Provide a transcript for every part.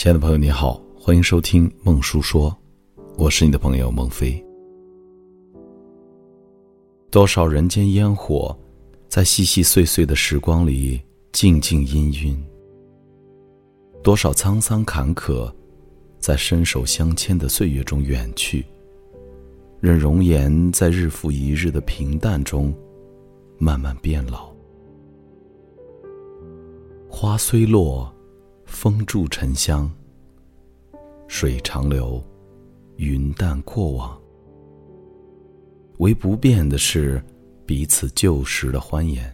亲爱的朋友你好，欢迎收听孟叔说，我是你的朋友孟非。多少人间烟火，在细细碎碎的时光里静静氤氲，多少沧桑坎坷，在伸手相牵的岁月中远去，任容颜在日复一日的平淡中慢慢变老。花虽落，风住沉香，水长流，云淡过往，唯不变的是彼此旧时的欢颜。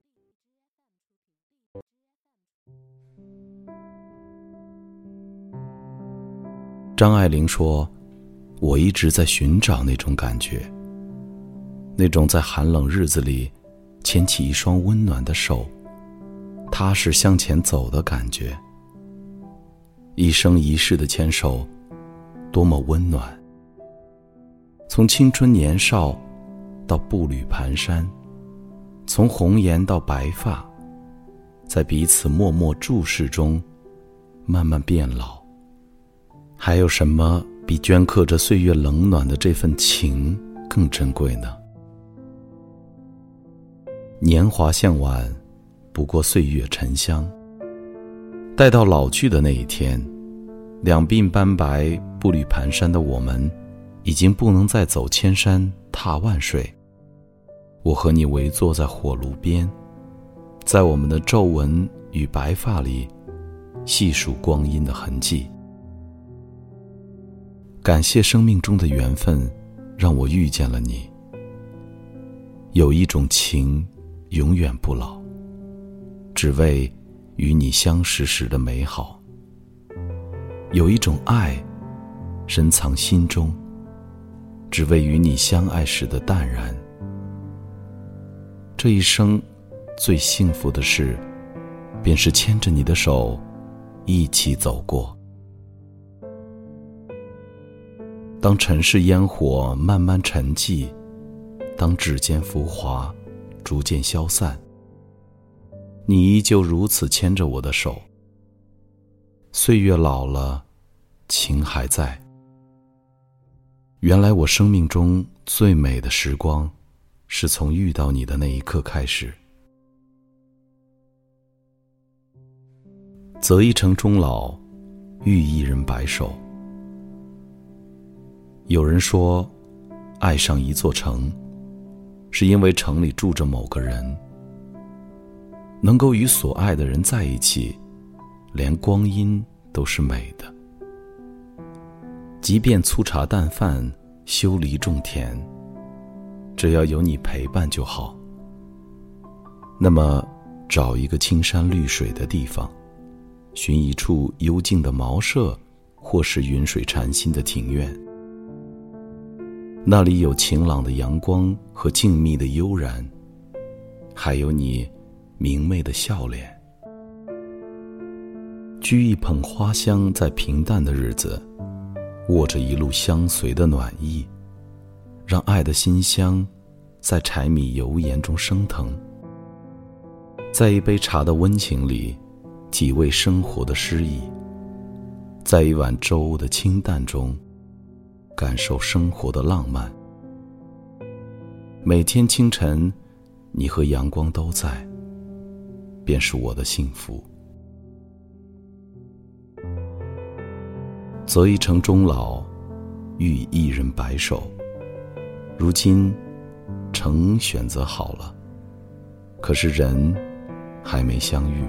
张爱玲说，我一直在寻找那种感觉，那种在寒冷日子里牵起一双温暖的手，踏实向前走的感觉。一生一世的牵手，多么温暖。从青春年少到步履蹒跚，从红颜到白发，在彼此默默注视中慢慢变老。还有什么比镌刻着岁月冷暖的这份情更珍贵呢？年华向晚，不过岁月沉香。待到老去的那一天，两鬓斑白，步履蹒跚的我们，已经不能再走千山踏万水。我和你围坐在火炉边，在我们的皱纹与白发里细数光阴的痕迹。感谢生命中的缘分，让我遇见了你。有一种情永远不老，只为与你相识时的美好。有一种爱深藏心中，只为与你相爱时的淡然。这一生最幸福的事，便是牵着你的手一起走过。当尘世烟火慢慢沉寂，当指尖浮华逐渐消散，你依旧如此牵着我的手。岁月老了，情还在。原来我生命中最美的时光，是从遇到你的那一刻开始。择一城终老，遇一人白首。有人说，爱上一座城，是因为城里住着某个人。能够与所爱的人在一起，连光阴都是美的。即便粗茶淡饭，修篱种田，只要有你陪伴就好。那么，找一个青山绿水的地方，寻一处幽静的茅舍，或是云水禅心的庭院。那里有晴朗的阳光和静谧的悠然，还有你明媚的笑脸。掬一捧花香，在平淡的日子，握着一路相随的暖意，让爱的馨香在柴米油盐中升腾。在一杯茶的温情里，体味生活的诗意；在一碗粥的清淡中，感受生活的浪漫。每天清晨，你和阳光都在，便是我的幸福。择一城终老，遇一人白首。如今城选择好了，可是人还没相遇。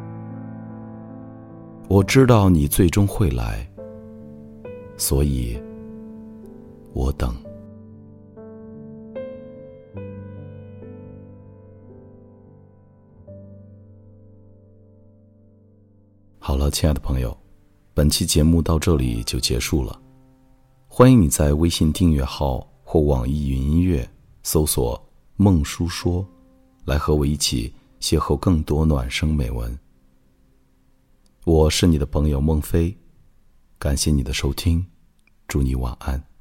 我知道你最终会来，所以我等。好了，亲爱的朋友，本期节目到这里就结束了。欢迎你在微信订阅号或网易云音乐搜索孟叔说，来和我一起邂逅更多暖声美文。我是你的朋友孟非，感谢你的收听，祝你晚安。